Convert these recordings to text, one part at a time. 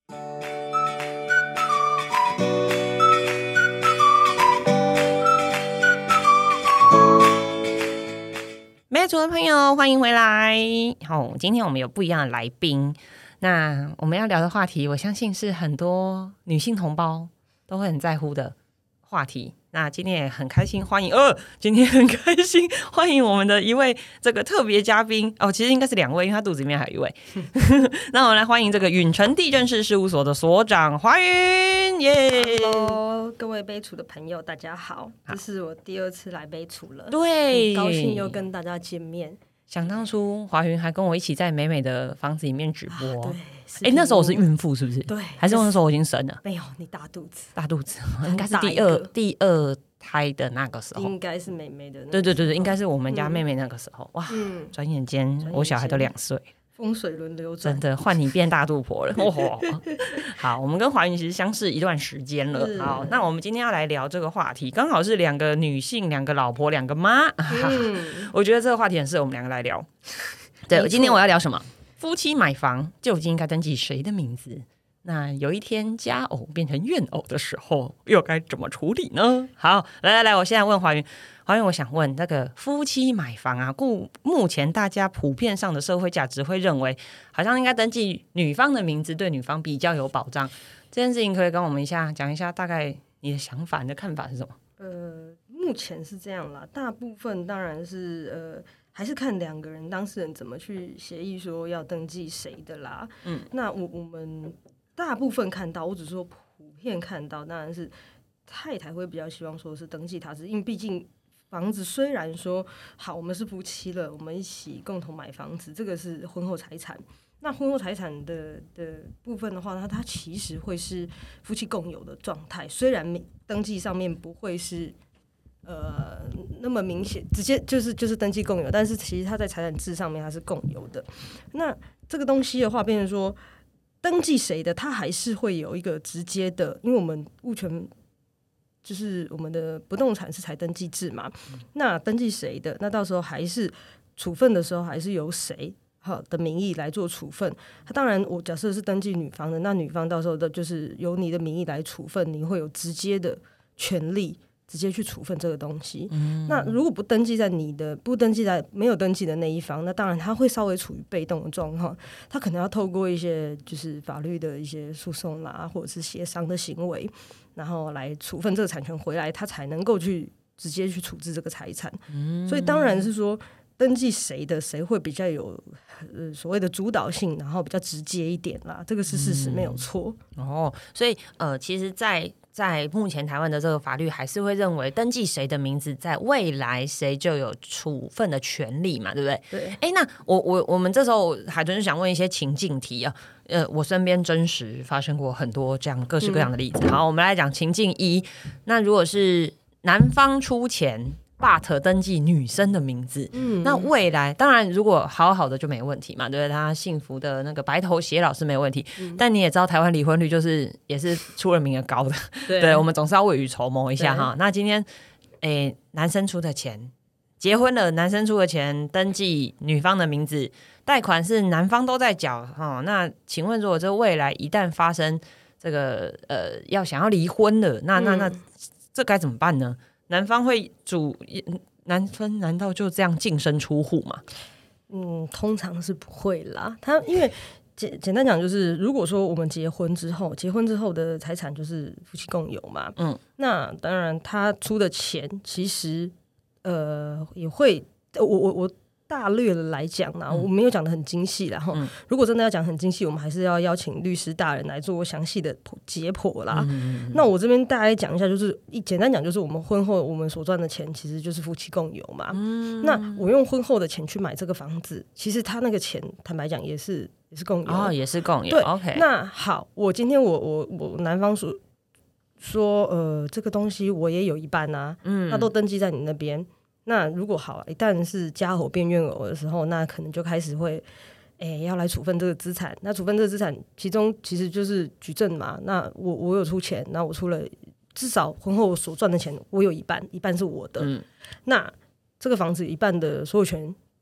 美主的朋友，欢迎回来。好，今天我们有不一样的来宾。那我们要聊的话题，我相信是很多女性同胞都会很在乎的话题。那今天也很开心欢迎，今天很开心欢迎我们的一位这个特别嘉宾哦，其实应该是2位，因为他肚子里面还有一位。那我们来欢迎这个允诚地政士事务所的所长华云，耶、 Hello， 各位杯厨的朋友，大家好，这是我第2次来杯厨了， 对， 很高兴又跟大家见面。 想当初华云还跟我一起在美美的房子里面直播， 对， 那时候我是孕妇是不是？ 对， 还是那时候我已经生了？ 没有，你大肚子， 大肚子，应该是第二胎的那个时候， 应该是妹妹的那个时候， 对，应该是我们家妹妹那个时候，哇，转眼间我小孩都2岁。 风水轮流转， 真的换你变大肚婆了。好，我们跟华云其实相识一段时间了。好，那我们今天要来聊这个话题，刚好是2个女性，2个老婆，2个妈。我觉得这个话题很适合我们2个来聊。对，今天我要聊什么？夫妻买房究竟应该登记谁的名字？那有一天家偶变成怨偶的时候，又该怎么处理呢？好，来，我现在问华云，我想问那个夫妻买房啊，目前大家普遍上的社会价值会认为，好像应该登记女方的名字，对女方比较有保障。这件事情可以跟我们讲一下，大概你的想法、你的看法是什么？ 目前是这样啦，大部分当然是还是看2个人当事人怎么去协议说要登记谁的啦。那我们大部分看到，我只是说普遍看到，当然是太太会比较希望说是登记他是，因为毕竟房子虽然说好，我们是夫妻了，我们一起共同买房子，这个是婚后财产。那婚后财产的部分的话，它其实会是夫妻共有的状态，虽然登记上面不会是那么明显，直接就是登记共有，但是其实它在财产制上面它是共有的。那这个东西的话，变成说登记谁的，它还是会有一个直接的，因为我们物权就是我们的不动产是才登记制嘛，那登记谁的，那到时候还是处分的时候还是由谁的名义来做处分。当然我假设是登记女方的，那女方到时候的就是由你的名义来处分，你会有直接的权利直接去处分这个东西。那如果不登记在没有登记的那一方，那当然他会稍微处于被动的状况，他可能要透过一些就是法律的一些诉讼啦，或者是协商的行为，然后来处分这个产权回来，他才能够去直接去处置这个财产。所以当然是说登记谁的，谁会比较有所谓的主导性，然后比较直接一点啦，这个是事实，没有错。 所以其实在目前台湾的这个法律还是会认为登记谁的名字，在未来谁就有处分的权利嘛，对不对？ 对。 那我们这时候海豚就想问一些情境题啊。我身边真实发生过很多这样各式各样的例子。好，我们来讲情境1。那如果是男方出钱but 登记女生的名字，那未来当然如果好好的就没问题嘛，对不对？他幸福的那个白头偕老是没问题。但你也知道台湾离婚率就是也是出了名的高的，对，我们总是要未雨绸缪一下哈。那今天男生出的钱，结婚了，男生出的钱登记女方的名字，贷款是男方都在缴那请问如果这未来一旦发生这个想要离婚了，那这该怎么办呢？男方会男方难道就这样净身出户吗？ 通常是不会啦。他因为简单讲就是，如果说我们结婚之后的财产就是夫妻共有嘛，那当然他出的钱其实也会我大略的来讲啦，我没有讲得很精细啦，如果真的要讲很精细，我们还是要邀请律师大人来做详细的解剖啦。那我这边大概讲一下，就是简单讲，就是我们婚后我们所赚的钱其实就是夫妻共有嘛。那我用婚后的钱去买这个房子，其实他那个钱坦白讲也是共有， 也是共有。 对 ，OK。 那好，我今天我男方说这个东西我也有一半啊，那都登记在你那边。那如果好，一旦是家偶变怨偶的时候，那可能就开始会要来处分这个资产。那处分这个资产，其中其实就是举证嘛。那我有出钱，那我出了至少婚后所赚的钱，我有一半是我的。那这个房子一半的所有权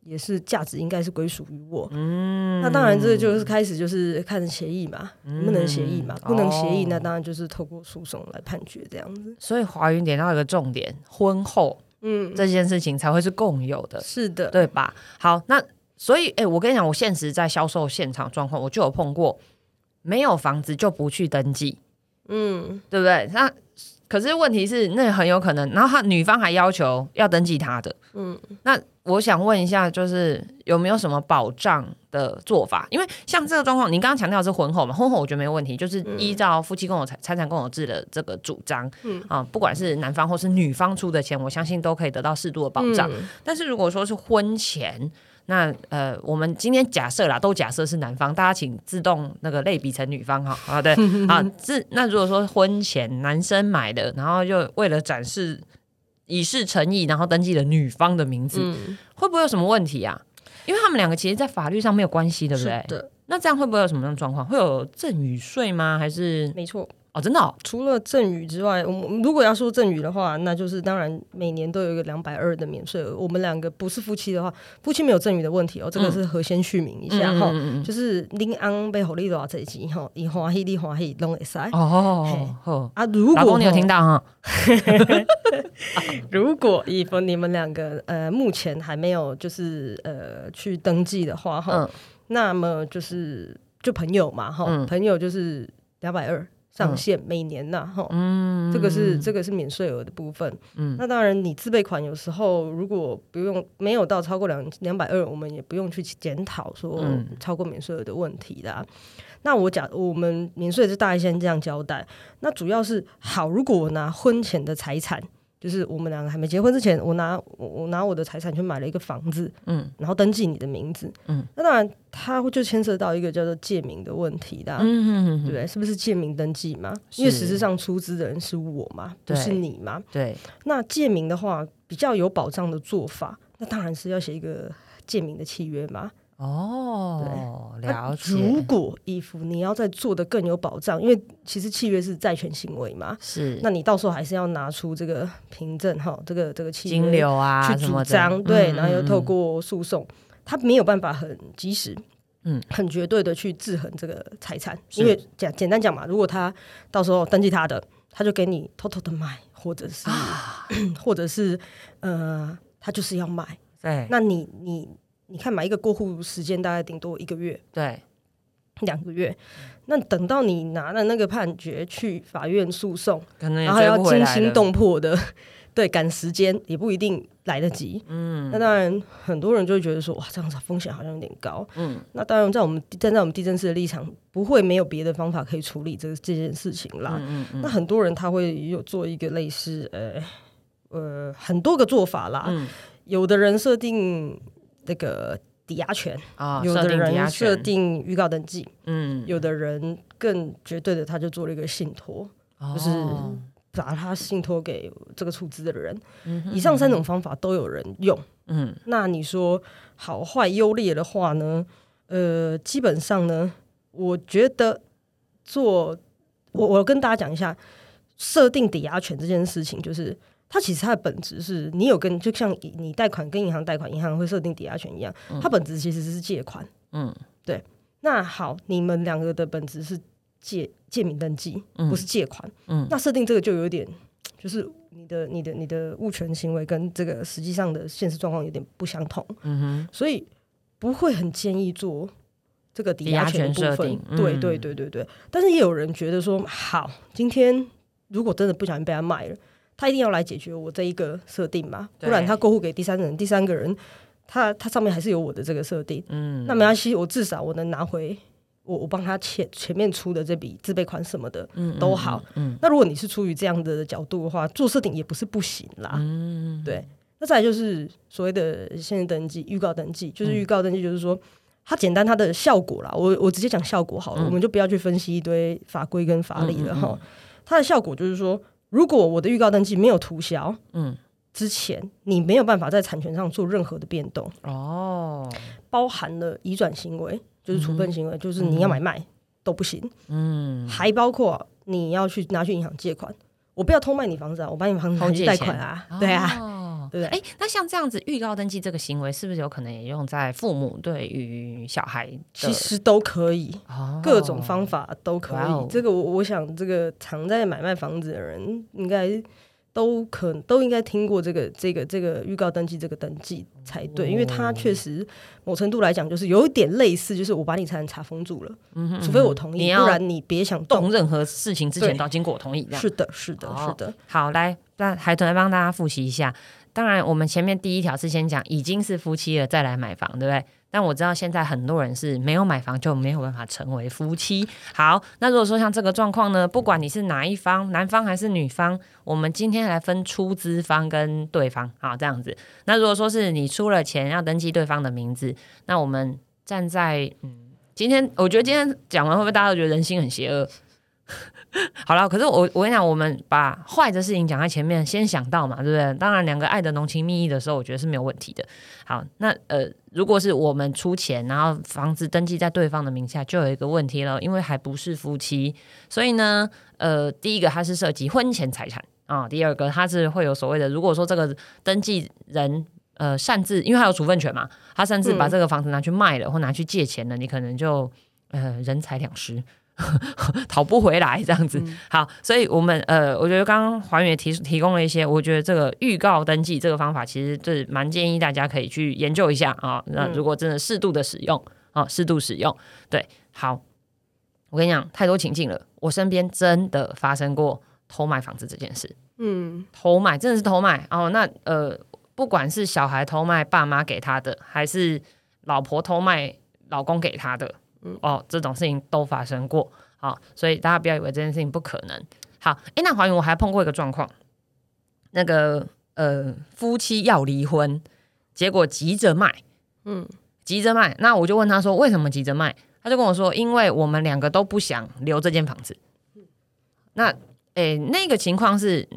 也是价值应该是归属于我。那当然这就是开始就是看协议嘛，能不能协议嘛，不能协议那当然就是透过诉讼来判决这样子。 所以华云点到一个重点，婚后这件事情才会是共有的， 是的， 对吧？好，那所以我跟你讲，我现实在销售现场状况，我就有碰过没有房子就不去登记，对不对？那可是问题是，那很有可能，然后女方还要求要登记他的，那我想问一下，就是有没有什么保障的做法？因为像这个状况，你刚刚强调的是婚后嘛，婚后我觉得没有问题，就是依照夫妻共有财产共有制的这个主张，不管是男方或是女方出的钱，我相信都可以得到适度的保障。但是如果说是婚前，那我们今天假设啦，都假设是男方，大家请自动那个类比成女方好对好，那如果说婚前男生买的，然后就为了展示以示诚意，然后登记了女方的名字，会不会有什么问题啊？因为他们两个其实在法律上没有关系，对不对？ 是的。 那这样会不会有什么样的状况？会有赠与税吗？还是没错。 真的除了赠与之外，我们如果要说赠与的话，那就是当然每年都有一个220的免税额。我们两个不是夫妻的话，夫妻没有赠与的问题这个是核先续明一下就是恁翁被互你多少钱伊欢喜你欢喜拢会使如果老公你有听到如果你们两个目前还没有就是去登记的话那么就朋友嘛朋友就是220上限每年这个是免税额的部分那当然你自备款有时候如果没有到超过220我们也不用去检讨说超过免税额的问题啦那我们免税是大概先这样交代那主要是好如果我拿婚前的财产就是我们两个还没结婚之前我拿我的财产去买了一个房子然后登记你的名字那当然它就牵涉到一个叫做借名的问题啦对不对？是不是借名登记嘛？因为实质上出资的人是我嘛不是你嘛对那借名的话比较有保障的做法那当然是要写一个借名的契约嘛了解如果你要再做的更有保障因为其实契约是债权行为嘛是那你到时候还是要拿出这个凭证这个契约金流啊去主张对然后又透过诉讼他没有办法很及时很绝对的去制衡这个财产因为简单讲嘛如果他到时候登记他的他就给你偷偷的卖或者是或者是他就是要卖对那你看买一个过户时间大概顶多1个月对 2个月那等到你拿了那个判决去法院诉讼可能也然后要惊心动魄的对赶时间也不一定来得及那当然很多人就会觉得说哇这样子风险好像有点高那当然站在我们地政司的立场不会没有别的方法可以处理这件事情啦那很多人他会有做一个类似很多个做法啦有的人设定这个抵押权有的人设定预告登记有的人更绝对的他就做了一个信托就是把他信托给这个出资的人以上3种方法都有人用那你说好坏优劣的话呢基本上呢我觉得我跟大家讲一下设定抵押权这件事情就是它其实它的本质是你有就像你贷款跟银行贷款银行会设定抵押权一样它本质其实是借款对那好你们两个的本质是借名登记不是借款那设定这个就有点就是你的物权行为跟这个实际上的现实状况有点不相同所以不会很建议做这个抵押权的部分对但是也有人觉得说好今天如果真的不小心被他卖了他一定要来解决我这一个设定嘛不然他过户给第三人第三个人他上面还是有我的这个设定那没关系我至少我能拿回我帮他前面出的这笔自备款什么的都好那如果你是出于这样的角度的话做设定也不是不行啦对那再来就是所谓的现任登记预告登记就是预告登记就是说它简单它的效果啦我直接讲效果好了我们就不要去分析一堆法规跟法理了它的效果就是说如果我的预告登记没有涂销之前你没有办法在产权上做任何的变动包含了移转行为就是处分行为就是你要买卖都不行还包括你要拿去银行借款我不要偷卖你房子我把你房子拿去贷款对啊对不对？ 那像这样子预告登记这个行为，是不是有可能也用在父母对于小孩的？ 其实都可以，各种方法都可以。这个我想，这个常在买卖房子的人应该都应该听过这个预告登记这个登记才对，因为它确实某程度来讲就是有一点类似，就是我把你财产查封住了，除非我同意，不然你别想动任何事情之前都要经过我同意。 是的，是的，是的。 好，来，那海豚来帮大家复习一下。当然，我们前面第一条是先讲已经是夫妻了再来买房，对不对？但我知道现在很多人是没有买房就没有办法成为夫妻。好，那如果说像这个状况呢，不管你是哪一方，男方还是女方，我们今天来分出资方跟对方，好，这样子。那如果说是你出了钱要登记对方的名字，那我们站在今天我觉得今天讲完会不会大家都觉得人心很邪恶？好了，可是我跟你讲，我们把坏的事情讲在前面，先想到嘛，对不对？当然，两个爱的浓情蜜意的时候，我觉得是没有问题的。好，那如果是我们出钱，然后房子登记在对方的名下，就有一个问题了，因为还不是夫妻，所以呢，第一个它是涉及婚前财产啊，第二个它是会有所谓的，如果说这个登记人擅自，因为他有处分权嘛，他擅自把这个房子拿去卖了，或拿去借钱了，你可能就人财两失。讨不回来这样子。好，所以我们我觉得刚刚还原提供了一些，我觉得这个预告登记这个方法其实是蛮建议大家可以去研究一下啊。那如果真的适度的使用啊，适度使用，对，好，我跟你讲，太多情境了，我身边真的发生过偷卖房子这件事。偷卖真的是偷卖哦。那不管是小孩偷卖爸妈给他的，还是老婆偷卖老公给他的。这种事情都发生过，好，所以大家不要以为这件事情不可能。好，那华云我还碰过一个状况，那个夫妻要离婚，结果急着卖，急着卖，那我就问他说为什么急着卖，他就跟我说因为我们两个都不想留这间房子。那那个情况是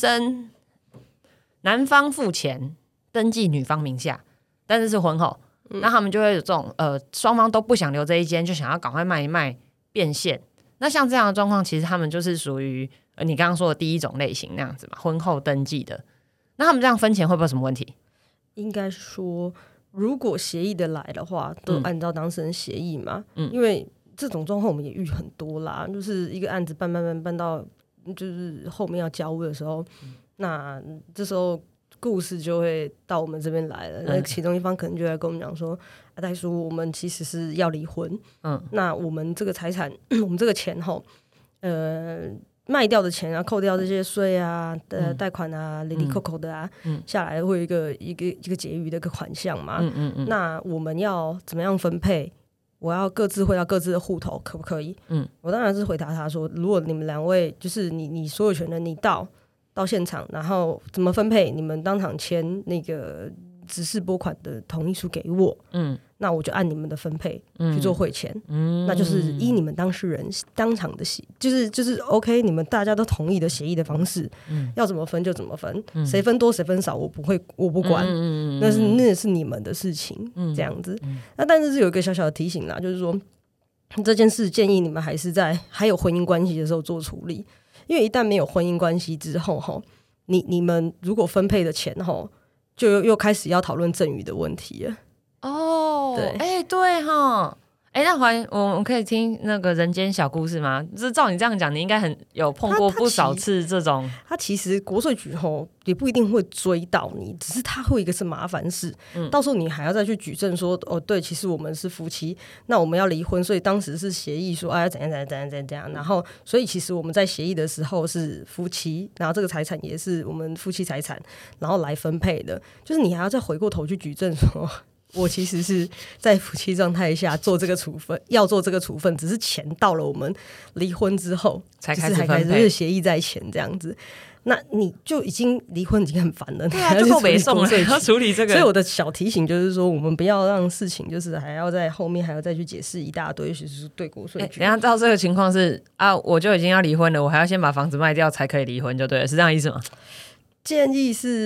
男方付钱登记女方名下，但是是婚后。那他们就会有这种双方都不想留这一间，就想要赶快卖一卖变现。那像这样的状况，其实他们就是属于你刚刚说的第一种类型那样子嘛，婚后登记的。那他们这样分钱会不会有什么问题？应该说，如果协议的来的话，都按照当事人协议嘛。因为这种状况我们也遇很多啦，就是一个案子办到就是后面要交屋的时候，那这时候。故事就会到我们这边来了，那其中一方可能就会跟我们讲说：“代叔，我们其实是要离婚，那我们这个财产，我们这个钱后，卖掉的钱啊，扣掉这些税啊、贷款啊、里里扣扣的啊，下来会有一个结余的一个款项嘛。那我们要怎么样分配？我要各自汇到各自的户头，可不可以？我当然是回答他说：如果你们两位就是你所有权人，你到现场，然后怎么分配？你们当场签那个指示拨款的同意书给我，那我就按你们的分配去做汇钱，那就是依你们当事人当场的就是 OK， 你们大家都同意的协议的方式，要怎么分就怎么分，谁分多谁分少我不管，那是你们的事情，这样子。那但是有一个小小的提醒啦，就是说这件事建议你们还是在还有婚姻关系的时候做处理。因为一旦没有婚姻关系之后，你们如果分配的钱就又开始要讨论赠与的问题了。对，对哈。那我们可以听那个人间小故事吗？就是照你这样讲，你应该很有碰过不少次这种。他其实国税局也不一定会追到你，只是他会一个是麻烦事，到时候你还要再去举证说对，其实我们是夫妻，那我们要离婚，所以当时是协议说怎样，然后所以其实我们在协议的时候是夫妻，然后这个财产也是我们夫妻财产，然后来分配的，就是你还要再回过头去举证说。我其实是在夫妻状态下做这个处分，要做这个处分，只是钱到了我们离婚之后才开始分配，就是协议在前这样子。那你就已经离婚已经很烦了，对啊，就够没送了，要处理这个。所以我的小提醒就是说，我们不要让事情就是还要在后面还要再去解释一大堆，就是对国税局。等一下到这个情况是我就已经要离婚了，我还要先把房子卖掉才可以离婚，就对了，是这样意思吗？建议是。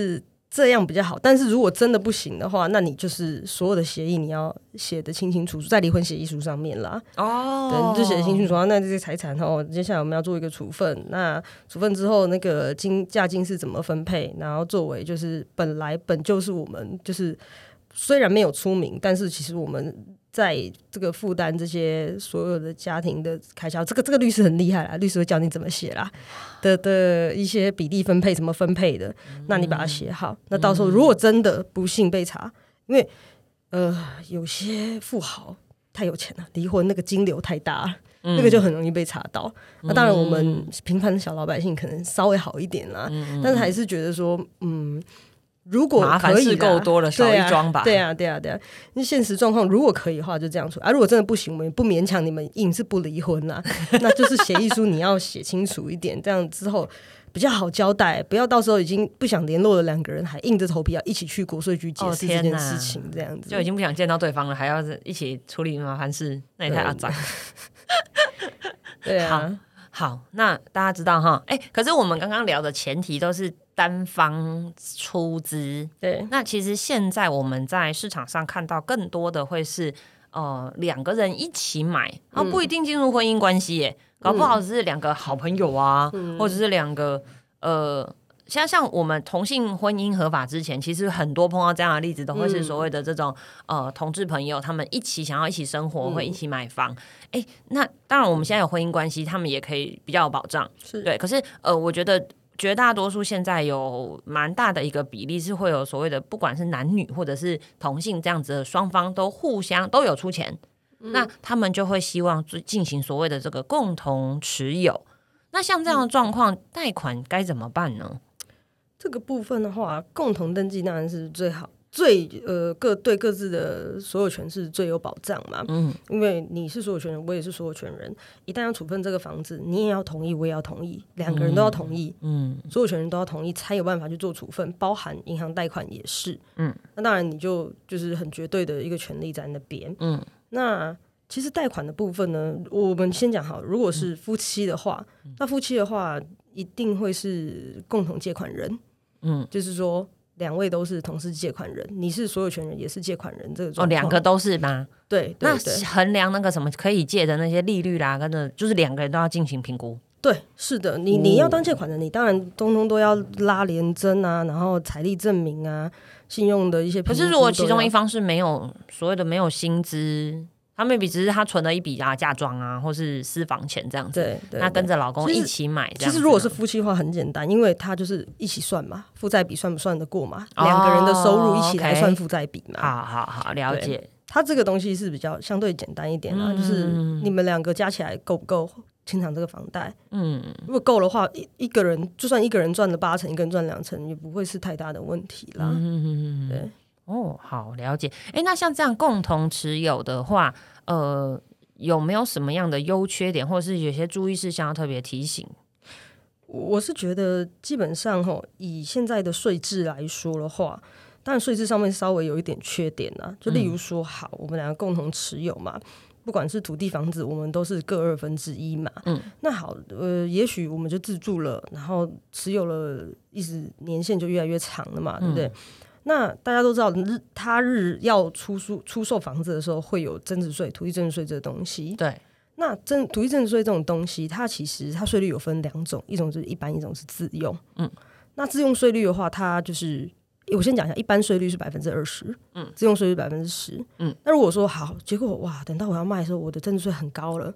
这样比较好。但是如果真的不行的话，那你就是所有的协议你要写得清清楚楚，在离婚协议书上面啦。对，你就写得清清楚楚。那这些财产接下来我们要做一个处分，那处分之后那个价金是怎么分配，然后作为就是本就是我们就是虽然没有出名，但是其实我们在这个负担这些所有的家庭的开销，这个律师很厉害啦，律师会教你怎么写啦的一些比例分配怎么分配的，那你把它写好，那到时候如果真的不幸被查，因为有些富豪太有钱了，离婚那个金流太大了，那个就很容易被查到。那当然我们平凡的小老百姓可能稍微好一点啦，但是还是觉得说如果可以麻烦事够多了，少一桩吧。 对啊。那现实状况如果可以的话，就这样处理。如果真的不行，我们也不勉强你们硬是不离婚啦。那就是协议书你要写清楚一点，这样之后比较好交代，不要到时候已经不想联络的两个人还硬着头皮要一起去国税局解释这件事情，这样子就已经不想见到对方了，还要一起处理麻烦事，那也太阿杂。 对啊。 好，那大家知道哈，可是我们刚刚聊的前提都是单方出资， 对。 那其实现在我们在市场上看到更多的会是两个人一起买，然后不一定进入婚姻关系耶，搞不好只是两个好朋友啊，或者是两个像我们同性婚姻合法之前，其实很多碰到这样的例子都会是所谓的这种同志朋友，他们想要一起生活，会一起买房。那当然我们现在有婚姻关系，他们也可以比较有保障，对。可是我觉得绝大多数现在有蛮大的一个比例是会有所谓的，不管是男女或者是同性这样子的双方都互相都有出钱，那他们就会希望进行所谓的这个共同持有。那像这样的状况，贷款该怎么办呢？ 这个部分的话，共同登记当然是最好，对各自的所有权是最有保障嘛。因为你是所有权人，我也是所有权人，一旦要处分这个房子，你也要同意，我也要同意，两个人都要同意，所有权人都要同意，才有办法去做处分，包含银行贷款也是。那当然你就是很绝对的一个权利在那边。那其实贷款的部分呢，我们先讲好，如果是夫妻的话，那夫妻的话一定会是共同借款人。就是说两位都是同时借款人，你是所有权人也是借款人，这个状况两个都是吗？ 对。 那衡量那个什么可以借的那些利率啦，跟着就是两个人都要进行评估。 对，是的，你要当借款人，你当然通通都要拉联征啊，然后财力证明啊，信用的一些评估。 可是如果其中一方是没有所谓的没有薪资，他 maybe 只是他存了一笔嫁妆啊，或是私房钱这样子， 对， 那跟着老公一起买这样子。 其实如果是夫妻的话很简单，因为他就是一起算嘛，负债比算不算得过嘛，两个人的收入一起来算负债比嘛。 好，了解。 他这个东西是比较相对简单一点啦，就是你们两个加起来够不够清偿这个房贷？如果够的话，一个人就算一个人赚了8成，一个人赚2成，也不会是太大的问题啦。对。 好，了解。那像这样共同持有的话，有没有什么样的优缺点，或者是有些注意事项要特别提醒？ 我是觉得基本上以现在的税制来说的话，当然税制上面稍微有一点缺点啦，就例如说好，我们两个共同持有嘛，不管是土地房子，我们都是各1/2嘛。那好，也许我们就自住了，然后持有了，一直年限就越来越长了嘛，对不对？那大家都知道，他日要出售房子的时候，会有增值税、土地增值税这个东西。 对。 那土地增值税这种东西，它其实税率有分2种，一种是一般，一种是自用。那自用税率的话，它就是我先讲一下，一般税率是20%，自用税率10%。那如果说好，结果哇，等到我要卖的时候，我的增值税很高了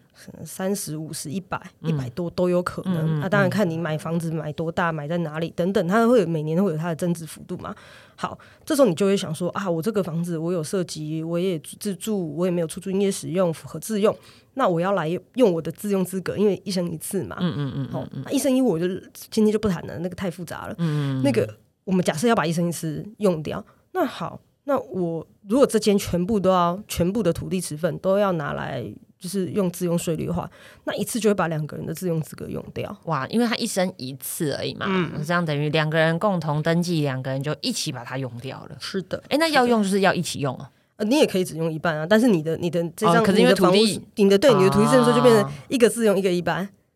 ，30、50、100多都有可能。那当然看你买房子买多大，买在哪里等等，它会每年会有它的增值幅度嘛。好，这时候你就会想说啊，我这个房子我有设籍，我也自住，我也没有出租营业使用，符合自用，那我要来用我的自用资格，因为一生一次嘛。那一生一物我就今天就不谈了，那个太复杂了。那个我们假设要把一生一次用掉，那好，那我如果这间全部的土地持分都要拿来就是用自用税率的话，那一次就会把2个人的自用资格用掉。 哇，因为他一生一次而已嘛，这样等于2个人共同登记，2个人就一起把它用掉了。 是的。 那要用就是要一起用你也可以只用一半啊，但是你的这张可是因为土地你的土地增值税就变成一个自用一个一般。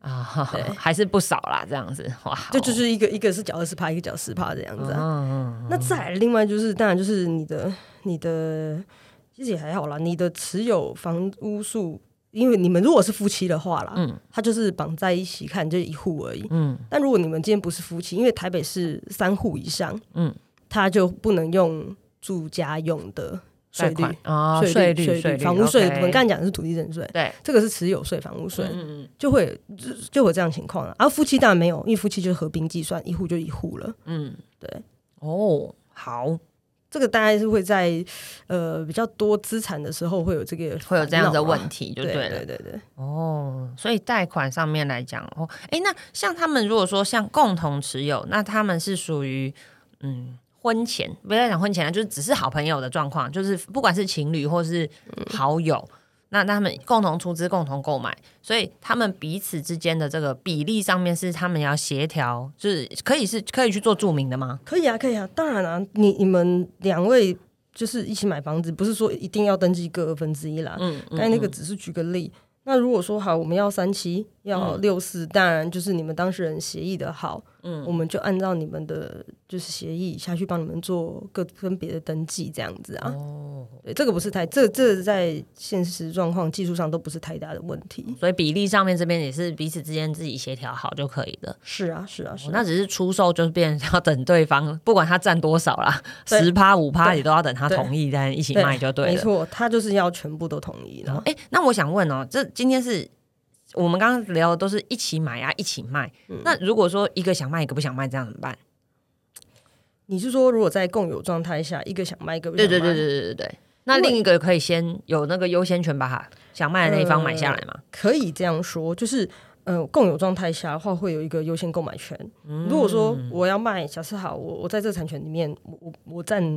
啊，还是不少啦，这样子哇， 就是一个是缴20%，一个缴10%这样子啊。那再来另外就是当然就是你的其实也还好啦，你的持有房屋数。因为你们如果是夫妻的话啦，它就是绑在一起看，就一户而已。但如果你们今天不是夫妻，因为台北市3户以上，它就不能用住家用的税率税率，房屋税。我们刚才讲的是土地增税， 对， 这个是持有税、房屋税，就会这样情况了。而夫妻当然没有，因为夫妻就是合并计算，一户就一户了。对， 好。 这个大概是会在比较多资产的时候会有这样的问题，就对了。 对。 所以贷款上面来讲，那像他们如果说像共同持有，那他们是属于婚前，不要讲婚前，就是只是好朋友的状况，就是不管是情侣或是好友。那他们共同出资、共同购买，所以他们彼此之间的这个比例上面是他们要协调，就是可以去做注明的吗？ 可以啊，当然啊，你们2位就是一起买房子，不是说一定要登记各1/2啦。刚才那个只是举个例。那如果说好，我们要37，要64，当然就是你们当事人协议的好，我们就按照你们的就是协议下去帮你们做各分别的登记，这样子啊。对，这个不是这在现实状况技术上都不是太大的问题， 所以比例上面这边也是彼此之间自己协调好就可以了。 是啊， 那只是出售就是变成要等对方，不管他占多少啦，10%、5%也都要等他同意再一起卖就对了。 没错，他就是要全部都同意了。 那我想问这今天是我们刚刚聊的都是一起买啊，一起卖。那如果说一个想卖，一个不想卖，这样怎么办？ 你是说如果在共有状态下，一个想卖，一个不想卖？ 对。那另一个可以先有那个优先权，把它想卖的那一方买下来吗？ 可以这样说，就是共有状态下的话，会有一个优先购买权。如果说我要卖，假设好，我在这个产权里面，我占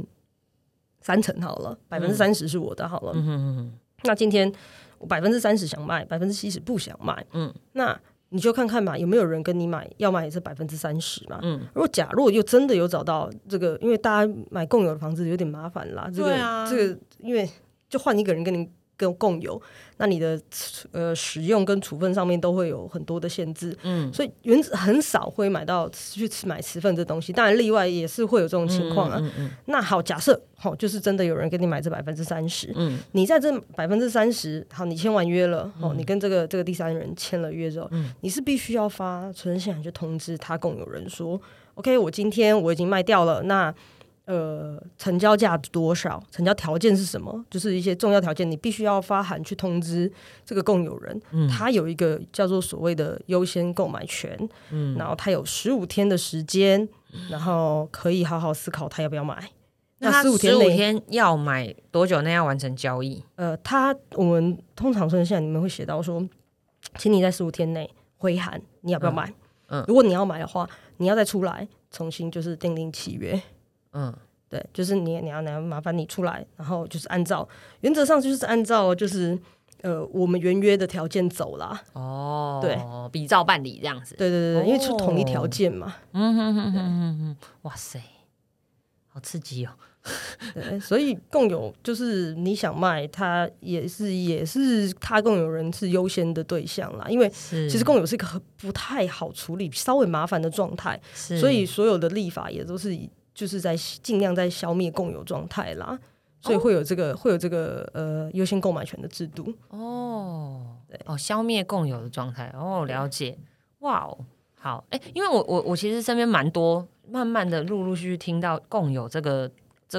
30%好了，30%是我的好了。那今天我30%想卖，70%不想卖。那你就看看嘛，有没有人跟你买，要买也是30%嘛。如果假如又真的有找到这个，因为大家买共有的房子有点麻烦啦。这个因为就换一个人跟你共有，那你的使用跟处分上面都会有很多的限制。所以原则很少会去买持份这东西，当然例外也是会有这种情况啊。那好，假设就是真的有人跟你买这30%，你在这30%，好，你签完约了，你跟这个第三人签了约之后，你是必须要发存证信函去通知他共有人说 ，OK， 我今天我已经卖掉了，那成交价多少？成交条件是什么？就是一些重要条件，你必须要发函去通知这个共有人，他有一个叫做所谓的优先购买权，然后他有15天的时间，然后可以好好思考他要不要买。 那他15天要买多久内要完成交易？ 我们通常说现在你们会写到说，请你在15天内回函，你要不要买？如果你要买的话，你要再出来重新就是订定契约。对，就是你要麻烦你出来，然后就是原则上就是按照就是我们原约的条件走啦。对， 比照办理这样子。 对，因为是统一条件嘛。 哇塞，好刺激哦。 对，所以共有就是你想卖，它也是他共有人是优先的对象啦。因为其实共有是一个不太好处理、稍微麻烦的状态，所以所有的立法也都是就是在尽量在消灭共有状态啦，所以会有这个优先购买权的制度。 消灭共有的状态。了解。哇哦，好，因为我其实身边蛮多，慢慢的陆续续听到共有这个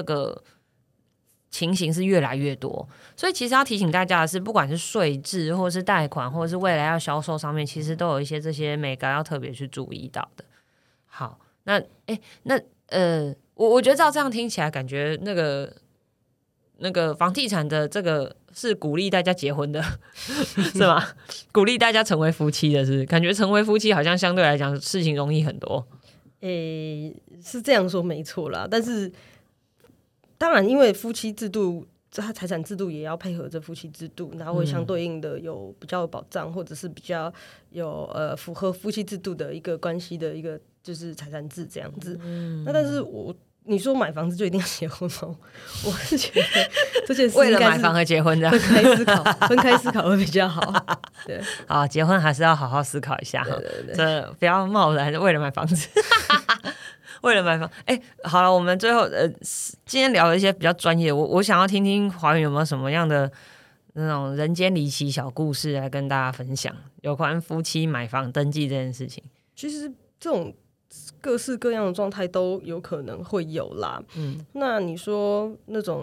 情形是越来越多，所以其实要提醒大家的是，不管是税制或是贷款或者是未来要销售上面，其实都有一些这些美感要特别去注意到的。好，那我觉得照这样听起来，感觉那个房地产的这个是鼓励大家结婚的，是吗？鼓励大家成为夫妻的是，感觉成为夫妻好像相对来讲事情容易很多。 是这样说没错啦，但是当然因为夫妻制度，它财产制度也要配合着夫妻制度，然后会相对应的有比较有保障，或者是比较有符合夫妻制度的一个关系的一个就是财产制这样子。那但是你说买房子就一定要结婚吗？我是觉得这件事为了买房而结婚的， 分开思考，分开思考会比较好。对， 好，结婚还是要好好思考一下哈，这不要贸然为了买房子。为了买房，好了，我们最后今天聊了一些比较专业，我想要听听华云有没有什么样的那种人间离奇小故事来跟大家分享，有关夫妻买房登记这件事情。 其实这种各式各样的状态都有可能会有啦。那你说那种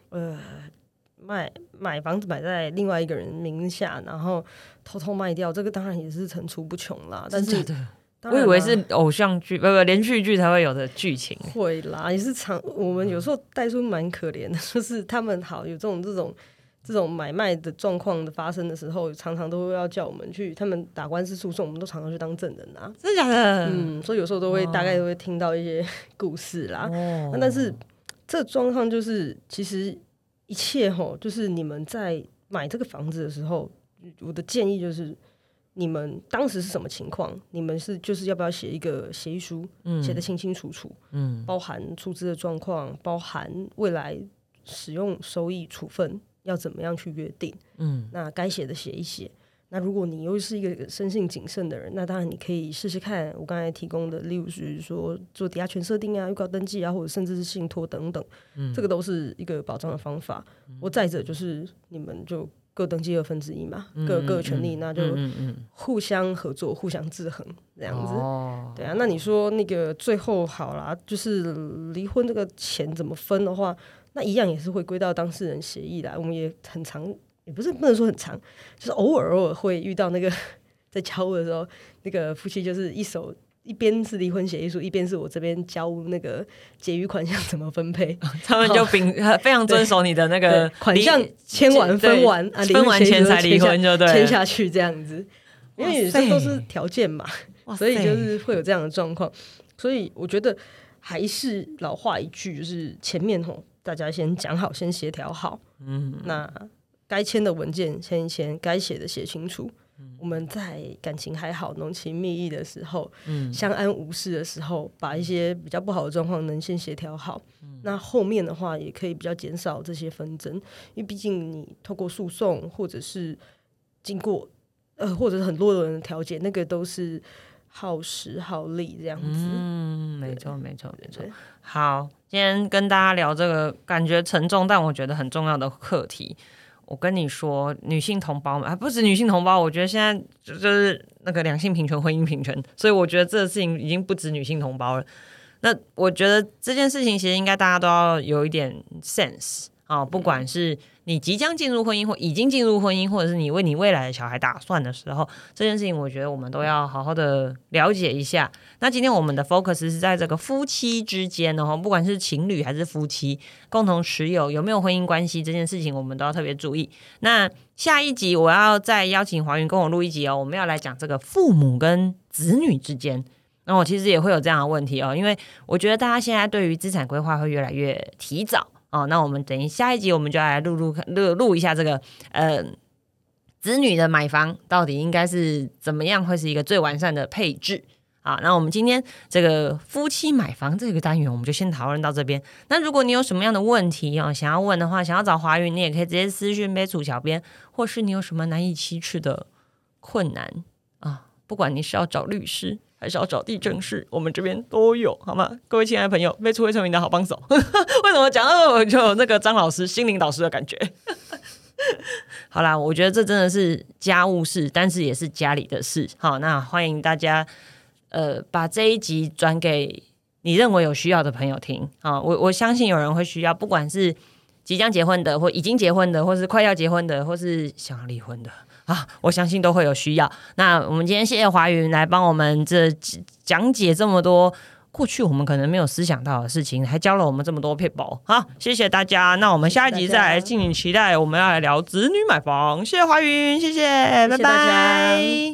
买房子买在另外一个人名下，然后偷偷卖掉，这个当然也是层出不穷啦。但是我以为是偶像剧不连续剧才会有的剧情。 会啦，也是我们有时候带出蛮可怜的，就是他们好有这种买卖的状况的发生的时候，常常都要叫我们去，他们打官司诉讼，我们都常常去当证人啊。 真的假的？ 所以有时候大概都会听到一些故事啦。但是这状况就是，其实一切就是你们在买这个房子的时候，我的建议就是，你们当时是什么情况？你们就是要不要写一个协议书，写得清清楚楚，包含出资的状况，包含未来使用收益处分要怎么样去约定，那该写的写一写。那如果你又是一个生性谨慎的人，那当然你可以试试看我刚才提供的，例如是说做抵押权设定啊、预告登记啊，或者甚至是信托等等，这个都是一个保障的方法。或再者就是你们就各登记1/2嘛，各权利，那就互相合作、互相制衡这样子。对啊，那你说那个最后好啦，就是离婚这个钱怎么分的话，那一样也是会归到当事人协议来。我们也很常，也不能说很常，就是偶尔会遇到那个在交屋的时候，那个夫妻就是一边是离婚协议书，一边是我这边交那个结余款项怎么分配， 他们就非常遵守你的那个款项签完分完啊， 分完钱才离婚就对， 签下去这样子，因为这都是条件嘛，所以就是会有这样的状况。所以我觉得还是老话一句，就是前面大家先讲好，先协调好，那该签的文件签一签，该写的写清楚。我们在感情还好、浓情蜜意的时候，相安无事的时候，把一些比较不好的状况能先协调好，那后面的话也可以比较减少这些纷争。因为毕竟你透过诉讼，或者是经过或者是很多人的调解，那个都是耗时耗力这样子。 没错。好，今天跟大家聊这个感觉沉重，但我觉得很重要的课题。我跟你说，女性同胞们，不止女性同胞，我觉得现在就是那个两性平权、婚姻平权，所以我觉得这个事情已经不止女性同胞了。那我觉得这件事情其实应该大家都要有一点 sense 不管是你即将进入婚姻或已经进入婚姻，或者是你为你未来的小孩打算的时候，这件事情我觉得我们都要好好的了解一下。那今天我们的 focus 是在这个夫妻之间不管是情侣还是夫妻共同持有有没有婚姻关系这件事情，我们都要特别注意。那下一集我要再邀请华云跟我录一集我们要来讲这个父母跟子女之间。那我其实也会有这样的问题因为我觉得大家现在对于资产规划会越来越提早那我们等一下一集我们就来录一下这个子女的买房到底应该是怎么样会是一个最完善的配置。好，那我们今天这个夫妻买房这个单元我们就先讨论到这边。那如果你有什么样的问题想要问的话，想要找华云，你也可以直接私讯杯楚小编，或是你有什么难以启齿的困难不管你是要找律师还是要找地政士，我们这边都有，好吗？各位亲爱的朋友，杯楚会成为你的好帮手。为什么讲到我就有那个张老师心灵导师的感觉？好啦，我觉得这真的是家务事，但是也是家里的事。好，那欢迎大家把这一集转给你认为有需要的朋友听我相信有人会需要，不管是即将结婚的，或已经结婚的，或是快要结婚的，或是想要离婚的我相信都会有需要。那我们今天谢谢华云来帮我们讲解这么多过去我们可能没有思想到的事情，还教了我们这么多撇步。好，谢谢大家。那我们下一集再来敬请期待，我们要来聊子女买房。谢谢华云，谢谢，拜拜。